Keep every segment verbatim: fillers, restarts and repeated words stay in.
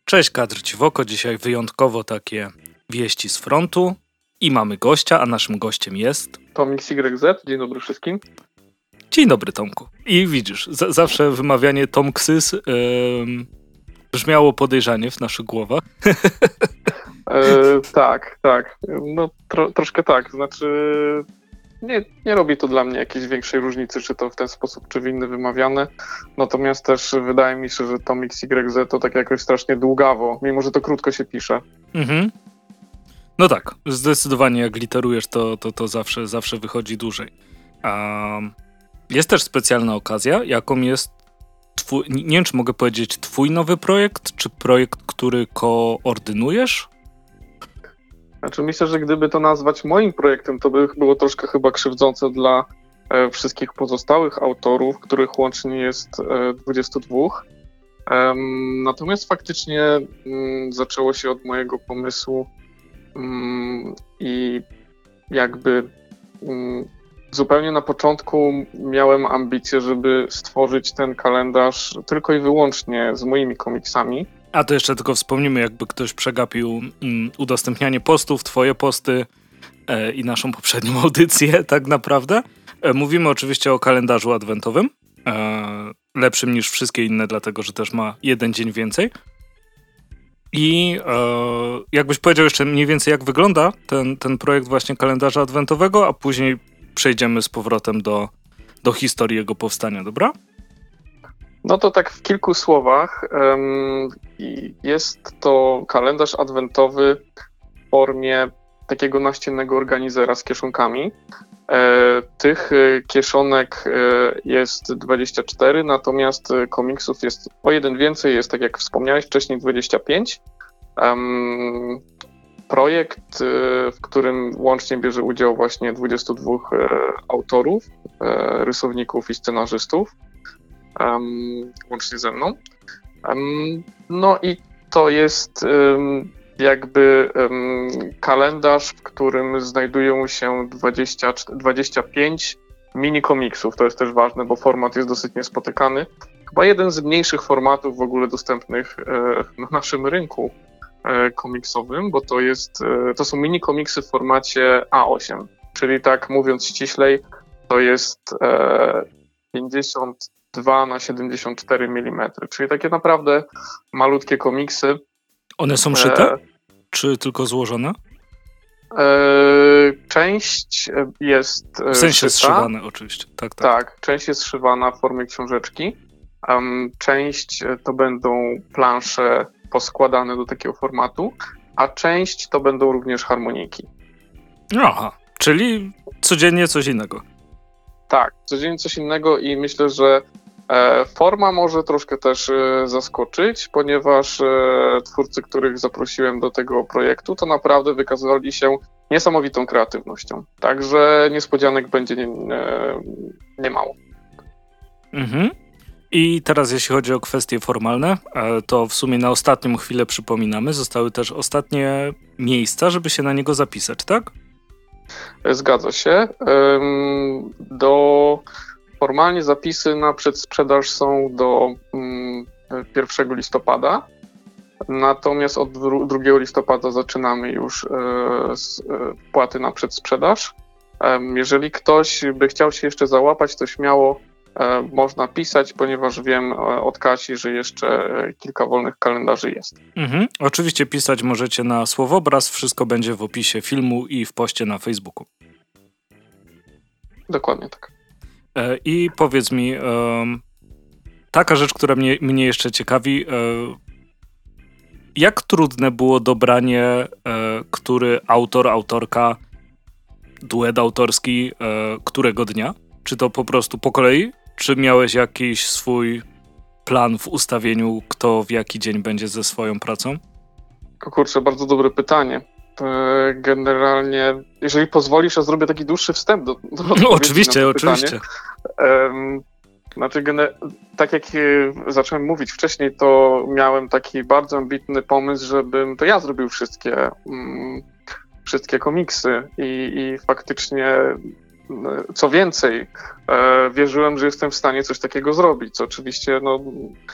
Cześć, kadr ci w oko. Dzisiaj wyjątkowo takie wieści z frontu i mamy gościa, a naszym gościem jest... Tomix Y Z. Dzień dobry wszystkim. Dzień dobry, Tomku. I widzisz, z- zawsze wymawianie Tomksys yy, brzmiało podejrzanie w naszych głowach. E, tak, tak. No tro, troszkę tak. Znaczy nie, nie robi to dla mnie jakiejś większej różnicy, czy to w ten sposób, czy w inny wymawiane. Natomiast też wydaje mi się, że Tomix Y Z to tak jakoś strasznie długawo, mimo że to krótko się pisze. Mhm. No tak, zdecydowanie jak literujesz, to, to, to zawsze, zawsze wychodzi dłużej. Um, jest też specjalna okazja, jaką jest twój, nie wiem, czy mogę powiedzieć twój nowy projekt, czy projekt, który koordynujesz? Znaczy myślę, że gdyby to nazwać moim projektem, to by było troszkę chyba krzywdzące dla e, wszystkich pozostałych autorów, których łącznie jest e, dwudziestu dwóch. Um, natomiast faktycznie um, zaczęło się od mojego pomysłu um, i jakby um, zupełnie na początku miałem ambicję, żeby stworzyć ten kalendarz tylko i wyłącznie z moimi komiksami. A to jeszcze tylko wspomnimy, jakby ktoś przegapił mm, udostępnianie postów, twoje posty e, i naszą poprzednią audycję tak naprawdę. E, mówimy oczywiście o kalendarzu adwentowym, e, lepszym niż wszystkie inne, dlatego że też ma jeden dzień więcej. I e, jakbyś powiedział jeszcze mniej więcej, jak wygląda ten, ten projekt właśnie kalendarza adwentowego, a później przejdziemy z powrotem do, do historii jego powstania, dobra? No to tak w kilku słowach. Um, jest to kalendarz adwentowy w formie takiego naściennego organizera z kieszonkami. E, tych kieszonek e, jest dwadzieścia cztery, natomiast komiksów jest o jeden więcej, jest tak jak wspomniałeś wcześniej dwadzieścia pięć. Um, projekt, e, w którym łącznie bierze udział właśnie dwudziestu dwóch e, autorów, e, rysowników i scenarzystów. Um, łącznie ze mną. Um, no i to jest um, jakby um, kalendarz, w którym znajdują się dwadzieścia, dwadzieścia pięć mini komiksów. To jest też ważne, bo format jest dosyć niespotykany. Chyba jeden z mniejszych formatów w ogóle dostępnych e, na naszym rynku e, komiksowym, bo to jest, e, to są mini komiksy w formacie A osiem, czyli tak mówiąc ściślej, to jest e, pięćdziesiąt dwa na siedemdziesiąt cztery milimetry, czyli takie naprawdę malutkie komiksy. One są szyte? E... Czy tylko złożone? E... Część jest W sensie szyta. zszywane oczywiście. Tak, tak. Tak, część jest szywana w formie książeczki. Um, część to będą plansze poskładane do takiego formatu, a część to będą również harmoniki. Aha, czyli codziennie coś innego. Tak, codziennie coś innego i myślę, że e, forma może troszkę też e, zaskoczyć, ponieważ e, twórcy, których zaprosiłem do tego projektu, to naprawdę wykazali się niesamowitą kreatywnością. Także niespodzianek będzie nie, e, nie mało. Mhm. I teraz jeśli chodzi o kwestie formalne, e, to w sumie na ostatnią chwilę przypominamy, zostały też ostatnie miejsca, żeby się na niego zapisać, tak? Zgadza się. Do, formalnie zapisy na przedsprzedaż są do pierwszego listopada, natomiast od drugiego listopada zaczynamy już wpłaty na przedsprzedaż. Jeżeli ktoś by chciał się jeszcze załapać, to śmiało można pisać, ponieważ wiem od Kasi, że jeszcze kilka wolnych kalendarzy jest. Mhm. Oczywiście pisać możecie na Słowobraz, wszystko będzie w opisie filmu i w poście na Facebooku. Dokładnie tak. E, I powiedz mi, e, taka rzecz, która mnie, mnie jeszcze ciekawi, e, jak trudne było dobranie, e, który autor, autorka, duet autorski, e, którego dnia? Czy to po prostu po kolei? Czy miałeś jakiś swój plan w ustawieniu, kto w jaki dzień będzie ze swoją pracą? O kurczę, bardzo dobre pytanie. Generalnie, jeżeli pozwolisz, ja zrobię taki dłuższy wstęp do, do no, oczywiście, oczywiście. Um, znaczy, gener- tak jak zacząłem mówić wcześniej, to miałem taki bardzo ambitny pomysł, żebym to ja zrobił wszystkie, um, wszystkie komiksy i, i faktycznie co więcej, e, wierzyłem, że jestem w stanie coś takiego zrobić, co oczywiście no,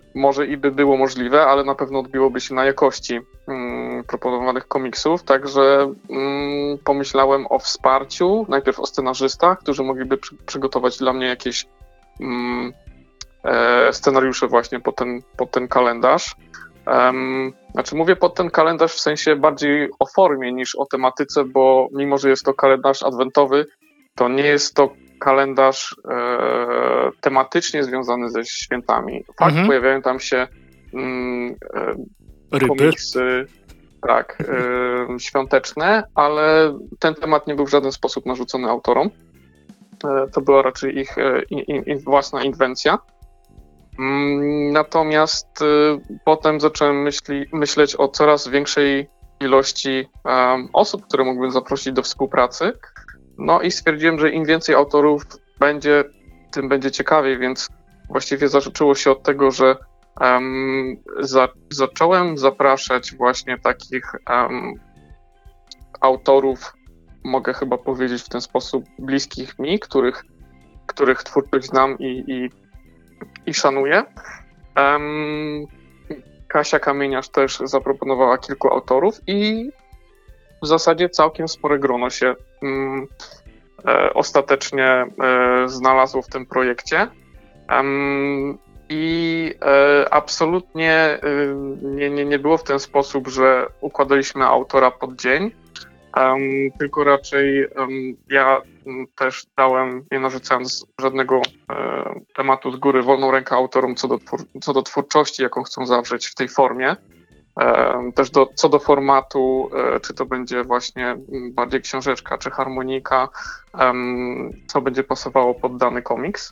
może i by było możliwe, ale na pewno odbiłoby się na jakości mm, proponowanych komiksów, także mm, pomyślałem o wsparciu, najpierw o scenarzystach, którzy mogliby przy, przygotować dla mnie jakieś mm, e, scenariusze właśnie pod ten, pod ten kalendarz. Um, znaczy mówię pod ten kalendarz w sensie bardziej o formie niż o tematyce, bo mimo, że jest to kalendarz adwentowy, to nie jest to kalendarz e, tematycznie związany ze świętami. Fakt, mhm. pojawiają tam się mm, e, komiksy tak, e, świąteczne, ale ten temat nie był w żaden sposób narzucony autorom. E, to była raczej ich e, in, in, własna inwencja. Mm, natomiast e, potem zacząłem myśli, myśleć o coraz większej ilości e, osób, które mógłbym zaprosić do współpracy. No i stwierdziłem, że im więcej autorów będzie, tym będzie ciekawiej, więc właściwie zaczęło się od tego, że um, za, zacząłem zapraszać właśnie takich um, autorów, mogę chyba powiedzieć w ten sposób, bliskich mi, których, których twórczość znam i, i, i szanuję. Um, Kasia Kamieniarz też zaproponowała kilku autorów i w zasadzie całkiem spore grono się um, e, ostatecznie e, znalazło w tym projekcie. Um, I e, absolutnie e, nie, nie, nie było w ten sposób, że układaliśmy autora pod dzień, um, tylko raczej um, ja um, też dałem, nie narzucając żadnego e, tematu z góry, wolną rękę autorom co do, twór, co do twórczości, jaką chcą zawrzeć w tej formie. Też do, co do formatu, czy to będzie właśnie bardziej książeczka, czy harmonika, co będzie pasowało pod dany komiks.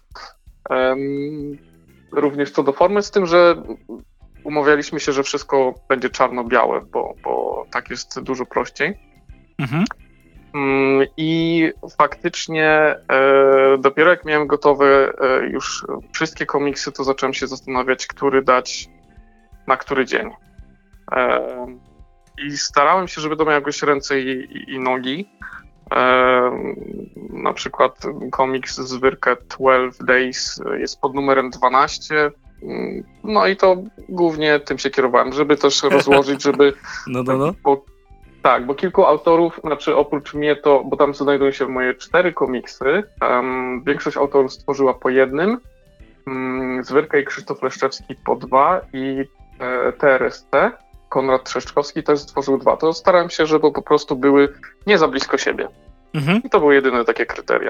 Również co do formy, z tym, że umawialiśmy się, że wszystko będzie czarno-białe, bo, bo tak jest dużo prościej. Mhm. I faktycznie dopiero jak miałem gotowe już wszystkie komiksy, to zacząłem się zastanawiać, który dać na który dzień. I starałem się, żeby to miało jakoś ręce i, i, i nogi. Na przykład komiks z Wyrkę twelve Days jest pod numerem dwanaście. No i to głównie tym się kierowałem, żeby też rozłożyć, żeby... No, no, no. Bo, tak, bo kilku autorów, znaczy oprócz mnie to, bo tam znajdują się moje cztery komiksy, um, większość autorów stworzyła po jednym. Um, Zwyrka i Krzysztof Leszczewski po dwa i e, T R S T. Konrad Trzeszczkowski też stworzył dwa. To starałem się, żeby po prostu były nie za blisko siebie. Mhm. I to były jedyne takie kryteria.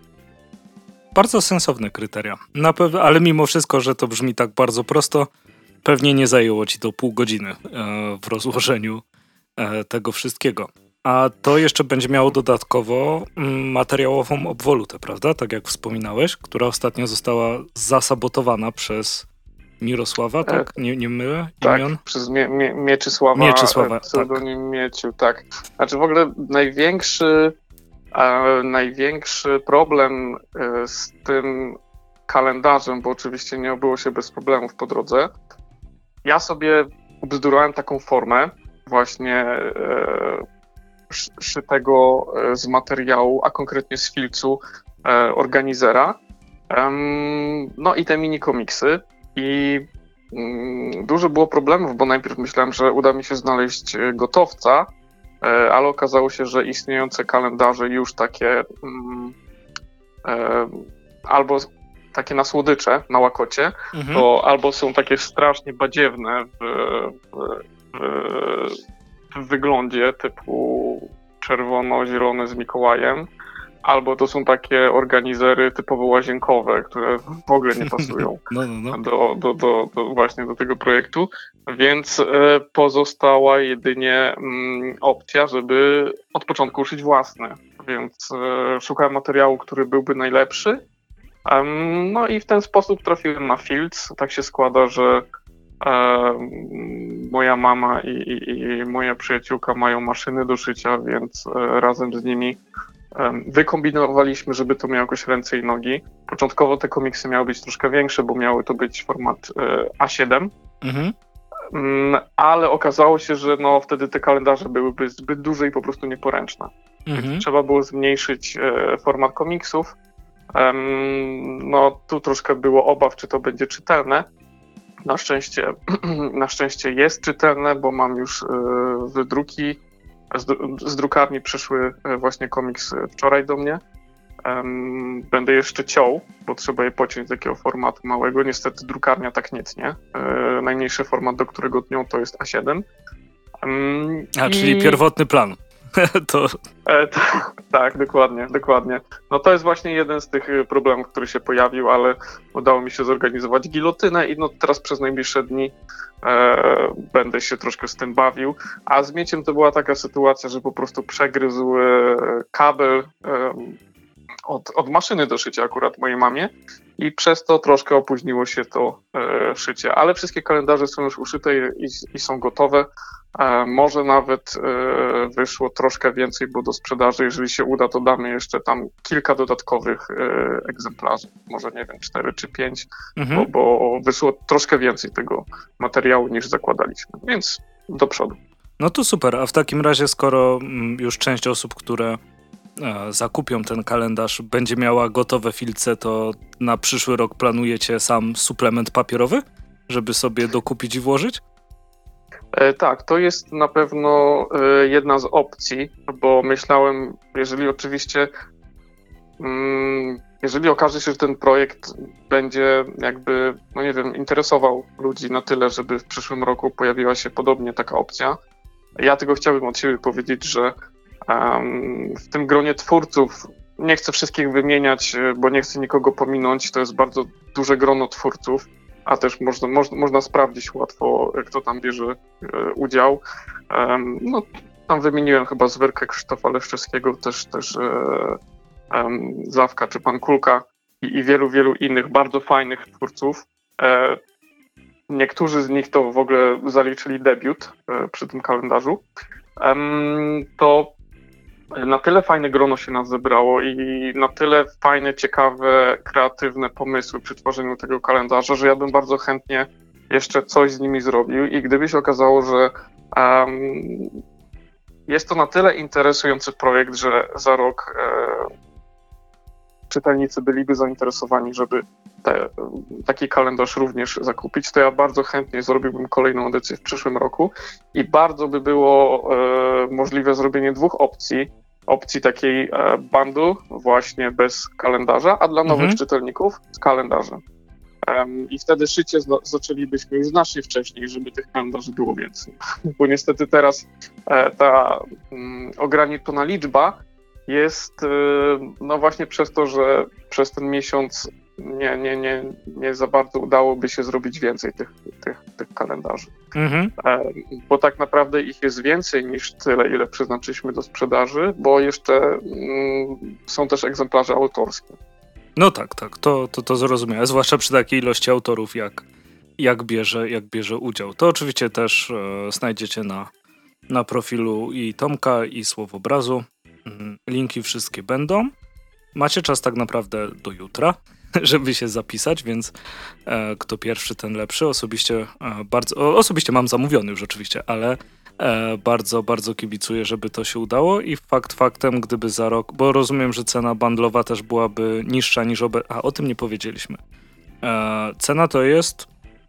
Bardzo sensowne kryteria. Na pewno, ale mimo wszystko, że to brzmi tak bardzo prosto, pewnie nie zajęło ci to pół godziny e, w rozłożeniu e, tego wszystkiego. A to jeszcze będzie miało dodatkowo mm, materiałową obwolutę, prawda? Tak jak wspominałeś, która ostatnio została zasabotowana przez Mirosława, tak? Nie, nie mylę imion? Tak, przez mie, mie, Mieczysława, Mieczysława pseudonim tak. Mieciu, tak. Znaczy w ogóle największy, e, największy problem e, z tym kalendarzem, bo oczywiście nie obyło się bez problemów po drodze, ja sobie ubzdurałem taką formę właśnie e, szytego z materiału, a konkretnie z filcu e, organizera. E, no i te mini komiksy. I mm, dużo było problemów, bo najpierw myślałem, że uda mi się znaleźć gotowca, e, ale okazało się, że istniejące kalendarze już takie mm, e, albo takie na słodycze, na łakocie, mhm. to albo są takie strasznie badziewne w, w, w, w wyglądzie typu czerwono-zielony z Mikołajem, albo to są takie organizery typowo łazienkowe, które w ogóle nie pasują no, no, no. Do, do, do, do właśnie do tego projektu, więc e, pozostała jedynie mm, opcja, żeby od początku szyć własne, więc e, szukałem materiału, który byłby najlepszy, um, no i w ten sposób trafiłem na Fields. Tak się składa, że e, moja mama i, i, i moja przyjaciółka mają maszyny do szycia, więc e, razem z nimi wykombinowaliśmy, żeby to miało jakoś ręce i nogi. Początkowo te komiksy miały być troszkę większe, bo miały to być format A siedem, mhm. ale okazało się, że no wtedy te kalendarze byłyby zbyt duże i po prostu nieporęczne. Mhm. Więc trzeba było zmniejszyć format komiksów. No tu troszkę było obaw, czy to będzie czytelne. Na szczęście, na szczęście jest czytelne, bo mam już wydruki. Z drukarni przyszły właśnie komiks wczoraj do mnie. Będę jeszcze ciął, bo trzeba je pociąć z takiego formatu małego. Niestety drukarnia tak nie tnie. Najmniejszy format, do którego tnią, to jest A siedem. A, I... czyli pierwotny plan. to... E, t- tak, dokładnie, dokładnie. No to jest właśnie jeden z tych problemów, który się pojawił, ale udało mi się zorganizować gilotynę i no teraz przez najbliższe dni e, będę się troszkę z tym bawił. A z mieciem to była taka sytuacja, że po prostu przegryzł e, kabel e, od, od maszyny do szycia akurat mojej mamie i przez to troszkę opóźniło się to e, szycie, ale wszystkie kalendarze są już uszyte i, i są gotowe. E, może nawet e, wyszło troszkę więcej, bo do sprzedaży, jeżeli się uda, to damy jeszcze tam kilka dodatkowych e, egzemplarzy, może nie wiem, cztery czy pięć, mhm. bo, bo wyszło troszkę więcej tego materiału niż zakładaliśmy, więc do przodu. No to super, a w takim razie, skoro już część osób, które zakupią ten kalendarz, będzie miała gotowe filce, to na przyszły rok planujecie sam suplement papierowy, żeby sobie dokupić i włożyć? E, tak, to jest na pewno e, jedna z opcji, bo myślałem, jeżeli oczywiście mm, jeżeli okaże się, że ten projekt będzie jakby, no nie wiem, interesował ludzi na tyle, żeby w przyszłym roku pojawiła się podobnie taka opcja, ja tylko chciałbym od siebie powiedzieć, że um, w tym gronie twórców, nie chcę wszystkich wymieniać, bo nie chcę nikogo pominąć, to jest bardzo duże grono twórców, a też można, można, można sprawdzić łatwo, kto tam bierze e, udział. Um, no, tam wymieniłem chyba Zwyrkę Krzysztofa Leszczewskiego, też, też e, um, Zawka czy Pan Kulka i, i wielu, wielu innych bardzo fajnych twórców. E, niektórzy z nich to w ogóle zaliczyli debiut e, przy tym kalendarzu. Um, to na tyle fajne grono się nas zebrało i na tyle fajne, ciekawe, kreatywne pomysły przy tworzeniu tego kalendarza, że ja bym bardzo chętnie jeszcze coś z nimi zrobił i gdyby się okazało, że um, jest to na tyle interesujący projekt, że za rok e, czytelnicy byliby zainteresowani, żeby te, taki kalendarz również zakupić, to ja bardzo chętnie zrobiłbym kolejną edycję w przyszłym roku i bardzo by było e, możliwe zrobienie dwóch opcji. Opcji takiej e, bundle właśnie bez kalendarza, a dla nowych mhm. czytelników z kalendarzem. Um, I wtedy szycie zna- zaczęlibyśmy już znacznie wcześniej, żeby tych kalendarzy było więcej. Bo niestety teraz e, ta mm, ograniczona liczba jest e, no właśnie przez to, że przez ten miesiąc nie, nie, nie, nie za bardzo udałoby się zrobić więcej tych, tych, tych kalendarzy. Mhm. E, bo tak naprawdę ich jest więcej niż tyle, ile przeznaczyliśmy do sprzedaży, bo jeszcze mm, są też egzemplarze autorskie. No tak, tak, to, to, to zrozumiałe, zwłaszcza przy takiej ilości autorów, jak, jak, bierze, jak bierze udział. To oczywiście też e, znajdziecie na, na profilu i Tomka, i Słowobrazu. Mhm. Linki wszystkie będą. Macie czas tak naprawdę do jutra, żeby się zapisać, więc e, kto pierwszy, ten lepszy. Osobiście e, bardzo, o, osobiście mam zamówiony już oczywiście, ale e, bardzo, bardzo kibicuję, żeby to się udało i fakt faktem, gdyby za rok, bo rozumiem, że cena bundlowa też byłaby niższa niż obe... A, o tym nie powiedzieliśmy. E, cena to jest?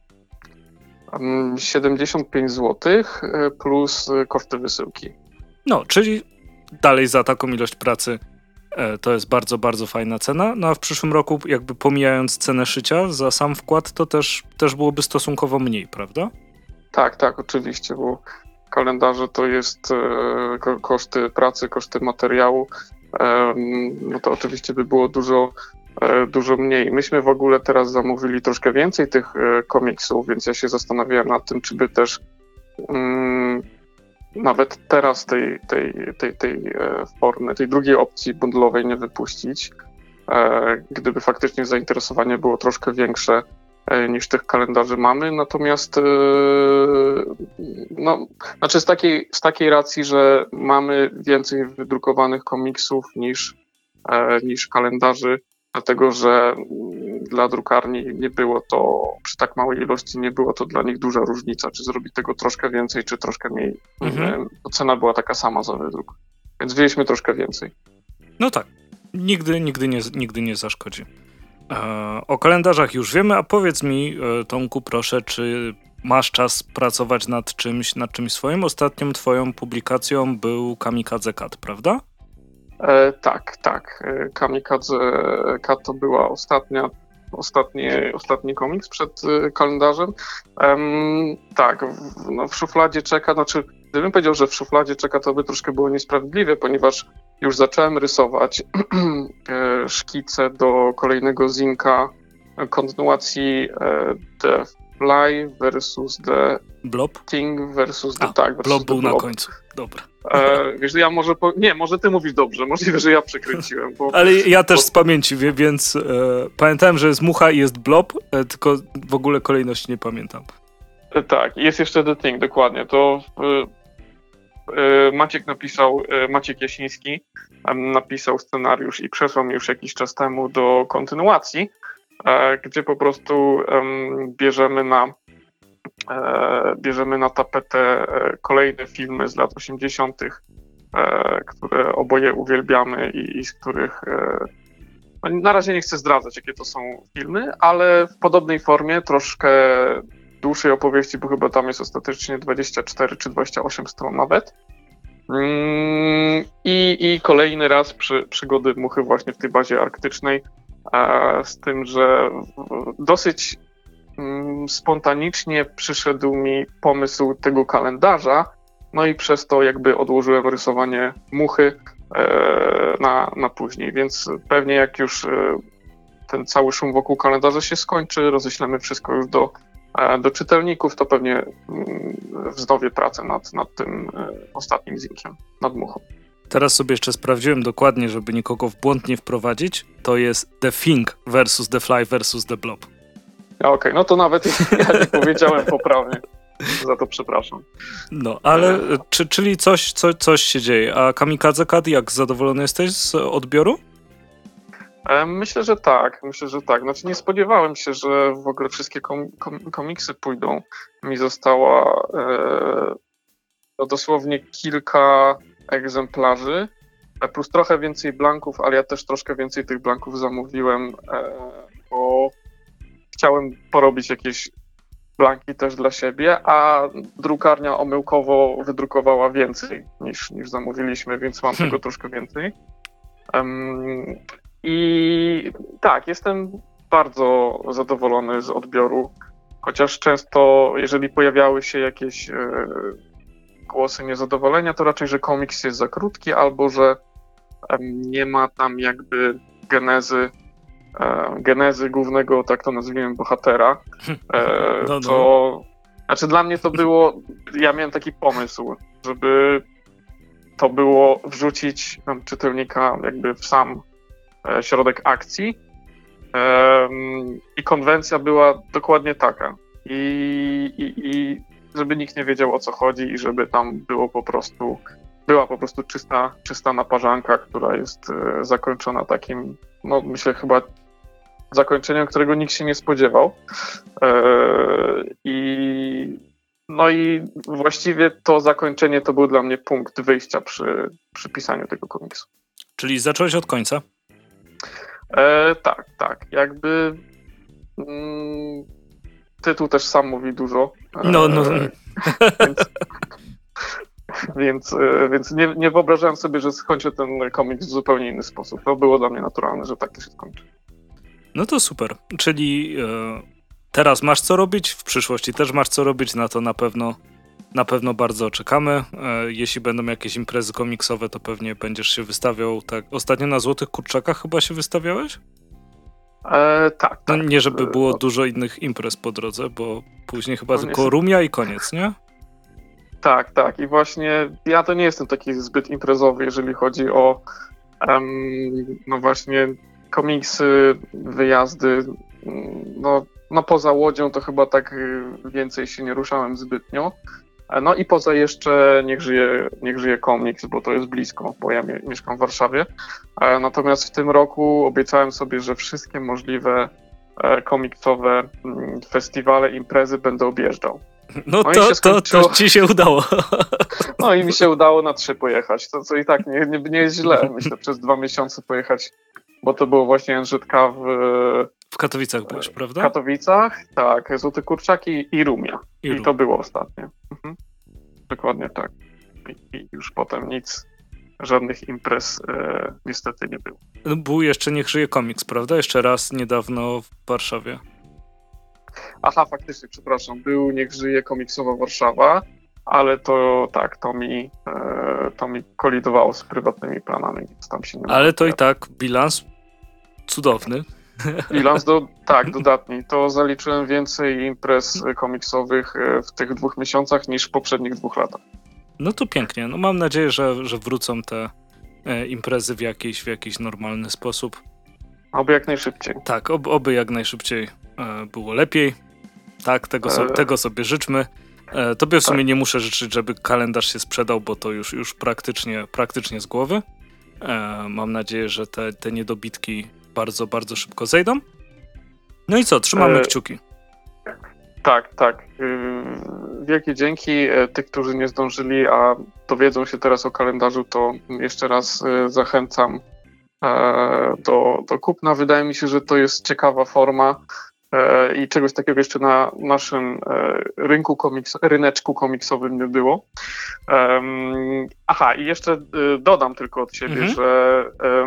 siedemdziesiąt pięć złotych plus koszty wysyłki. No, czyli dalej za taką ilość pracy to jest bardzo, bardzo fajna cena. No a w przyszłym roku, jakby pomijając cenę szycia za sam wkład, to też, też byłoby stosunkowo mniej, prawda? Tak, tak, oczywiście, bo kalendarze to jest e, ko- koszty pracy, koszty materiału. E, no to oczywiście by było dużo, e, dużo mniej. Myśmy w ogóle teraz zamówili troszkę więcej tych e, komiksów, więc ja się zastanawiałem nad tym, czy by też mm, nawet teraz tej, tej, tej, tej formy, tej drugiej opcji bundlowej nie wypuścić, gdyby faktycznie zainteresowanie było troszkę większe niż tych kalendarzy mamy. Natomiast no, znaczy z takiej, z takiej racji, że mamy więcej wydrukowanych komiksów niż, niż kalendarzy, dlatego że dla drukarni nie było to, przy tak małej ilości nie było to dla nich duża różnica, czy zrobić tego troszkę więcej, czy troszkę mniej. Mhm. Cena była taka sama za wydruk, więc wzięliśmy troszkę więcej. No tak, nigdy, nigdy, nie, nigdy nie zaszkodzi. O kalendarzach już wiemy, a powiedz mi, Tomku, proszę, czy masz czas pracować nad czymś, nad czymś swoim? Ostatnią twoją publikacją był Kamikadze Cat, prawda? E, tak, tak. Kamikadze Cat to była ostatnia, ostatni, ostatni komiks przed kalendarzem. Um, tak, w, no w szufladzie czeka, znaczy gdybym powiedział, że w szufladzie czeka, to by troszkę było niesprawiedliwe, ponieważ już zacząłem rysować szkice do kolejnego zinka, kontynuacji The Fly versus The Blob? Thing versus The... A, tak, versus Blob the był Blob. na końcu, dobra. E, wiesz, ja może... Po... Nie, może ty mówisz dobrze, możliwe, że ja przekręciłem. Bo... Ale ja też bo... z pamięci, wie, więc e, pamiętałem, że jest Mucha i jest Blob, e, tylko w ogóle kolejności nie pamiętam. E, tak, jest jeszcze The Thing, dokładnie. To e, e, Maciek napisał, e, Maciek Jasiński e, napisał scenariusz i przesłał mi już jakiś czas temu do kontynuacji, e, gdzie po prostu e, bierzemy na e, bierzemy na tapetę e, kolejne filmy z lat osiemdziesiątych, e, które oboje uwielbiamy i, i z których e, no, na razie nie chcę zdradzać, jakie to są filmy, ale w podobnej formie, troszkę dłuższej opowieści, bo chyba tam jest ostatecznie dwadzieścia cztery czy dwadzieścia osiem stron nawet. Mm, i, I kolejny raz przy, przygody Muchy właśnie w tej bazie arktycznej, e, z tym, że dosyć mm, spontanicznie przyszedł mi pomysł tego kalendarza, no i przez to jakby odłożyłem rysowanie Muchy e, na, na później, więc pewnie jak już e, ten cały szum wokół kalendarza się skończy, roześlemy wszystko już do do czytelników, to pewnie wznowię pracę nad, nad tym ostatnim zinkiem, nad Muchą. Teraz sobie jeszcze sprawdziłem dokładnie, żeby nikogo w błąd nie wprowadzić. To jest The Thing versus The Fly versus The Blob. Okej, okay, no to nawet ja nie powiedziałem poprawnie. Za to przepraszam. No, ale czy, czyli coś, co, coś się dzieje. A Kamikadze Cat, jak zadowolony jesteś z odbioru? Myślę, że tak. Myślę, że tak. Znaczy nie spodziewałem się, że w ogóle wszystkie kom- kom- komiksy pójdą. Mi została e, no dosłownie kilka egzemplarzy, plus trochę więcej blanków, ale ja też troszkę więcej tych blanków zamówiłem, e, bo chciałem porobić jakieś blanki też dla siebie, a drukarnia omyłkowo wydrukowała więcej niż, niż zamówiliśmy, więc mam hmm. tego troszkę więcej. Um, I tak, jestem bardzo zadowolony z odbioru, chociaż często, jeżeli pojawiały się jakieś e, głosy niezadowolenia, to raczej, że komiks jest za krótki, albo że e, nie ma tam jakby genezy, e, genezy głównego, tak to nazwijmy, bohatera. E, no, no. To, znaczy dla mnie to było, ja miałem taki pomysł, żeby to było wrzucić um, czytelnika jakby w sam środek akcji i konwencja była dokładnie taka i, i, i żeby nikt nie wiedział, o co chodzi i żeby tam było po prostu była po prostu czysta, czysta naparzanka, która jest zakończona takim, no myślę chyba zakończeniem, którego nikt się nie spodziewał i no i właściwie to zakończenie to był dla mnie punkt wyjścia przy, przy pisaniu tego komiksu. Czyli zacząłeś od końca? E, tak, tak. Jakby mm, tytuł też sam mówi dużo. E, no, no. Więc, więc, e, więc nie, nie wyobrażałem sobie, że skończę ten komiks w zupełnie inny sposób. To było dla mnie naturalne, że tak to się skończy. No to super. Czyli e, teraz masz co robić, w przyszłości też masz co robić, na to na pewno Na pewno bardzo czekamy. E, jeśli będą jakieś imprezy komiksowe, to pewnie będziesz się wystawiał. Tak. Ostatnio na Złotych Kurczakach chyba się wystawiałeś? E, tak, no, tak. Nie, żeby było dużo innych imprez po drodze, bo później chyba no, tylko Rumia i koniec, nie? Tak, tak. I właśnie ja to nie jestem taki zbyt imprezowy, jeżeli chodzi o um, no właśnie komiksy, wyjazdy. No, no poza Łodzią to chyba tak więcej się nie ruszałem zbytnio. No i poza jeszcze Niech żyje, Niech żyje komiks, bo to jest blisko, bo ja mie- mieszkam w Warszawie. Natomiast w tym roku obiecałem sobie, że wszystkie możliwe komiksowe festiwale, imprezy będę objeżdżał. No, no to, to, to ci się udało. No i mi się udało na trzy pojechać, to co i tak nie, nie, nie jest źle. Myślę, przez dwa miesiące pojechać bo to było właśnie N Z K w... W Katowicach byłeś, prawda? W Katowicach, tak. Złoty Kurczak i, i Rumia. I, I Rum. to było ostatnie. Mhm. Dokładnie tak. I, I już potem nic, żadnych imprez e, niestety nie było. No, był jeszcze Niech żyje komiks, prawda? Jeszcze raz niedawno w Warszawie. Aha, faktycznie, przepraszam. Był Niech żyje komiksowa Warszawa, ale to tak, to mi, e, to mi kolidowało z prywatnymi planami, więc tam się nie Ale to i tak bilans cudowny. Bilans, do, tak, dodatni. To zaliczyłem więcej imprez komiksowych w tych dwóch miesiącach niż w poprzednich dwóch latach. No to pięknie. No mam nadzieję, że, że wrócą te e, imprezy w jakiś, w jakiś normalny sposób. Oby jak najszybciej. Tak, ob, oby jak najszybciej e, było lepiej. Tak, tego, so, tego sobie życzmy. E, tobie w sumie tak. Nie muszę życzyć, żeby kalendarz się sprzedał, bo to już, już praktycznie, praktycznie z głowy. E, mam nadzieję, że te, te niedobitki bardzo, bardzo szybko zejdą. No i co? Trzymamy e... kciuki. Tak, tak. Wielkie dzięki. Tych, którzy nie zdążyli, a dowiedzą się teraz o kalendarzu, to jeszcze raz zachęcam do, do kupna. Wydaje mi się, że to jest ciekawa forma i czegoś takiego jeszcze na naszym rynku komiks, ryneczku komiksowym nie było. Aha, i jeszcze dodam tylko od siebie, mhm. że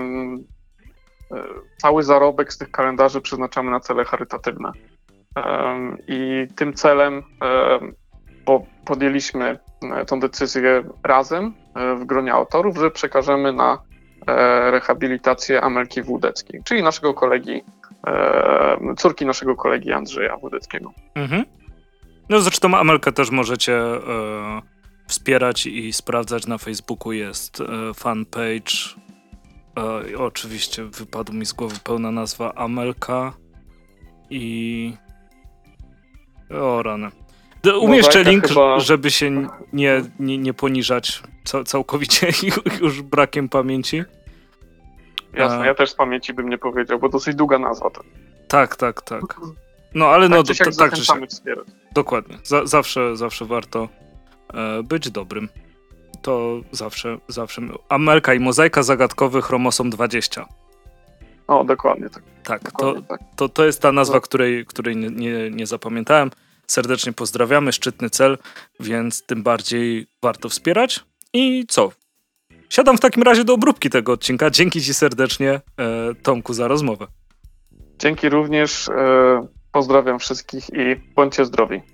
cały zarobek z tych kalendarzy przeznaczamy na cele charytatywne. I tym celem bo podjęliśmy tą decyzję razem w gronie autorów, że przekażemy na rehabilitację Amelki Włódeckiej, czyli naszego kolegi, córki naszego kolegi Andrzeja Włódeckiego. Mhm. No zresztą Amelkę też możecie e, wspierać i sprawdzać na Facebooku. Jest e, fanpage. E, oczywiście wypadł mi z głowy pełna nazwa Amelka i... O rany. Umieszczę link, chyba... żeby się nie, nie, nie poniżać ca- całkowicie już brakiem pamięci. Jasne, A... ja też z pamięci bym nie powiedział, bo dosyć długa nazwa to. Tak, tak, tak. No ale tak, no to tak, tak, że się... wspierać. Dokładnie. Z- zawsze, zawsze warto e, być dobrym. To zawsze, zawsze. Amelka i mozaika zagadkowy chromosom dwadzieścia. O, dokładnie tak. Tak, dokładnie to, tak. To, to jest ta nazwa, której, której nie, nie, nie zapamiętałem. Serdecznie pozdrawiamy, szczytny cel, więc tym bardziej warto wspierać. I co? Siadam w takim razie do obróbki tego odcinka. Dzięki ci serdecznie, e, Tomku, za rozmowę. Dzięki również. E, pozdrawiam wszystkich i bądźcie zdrowi.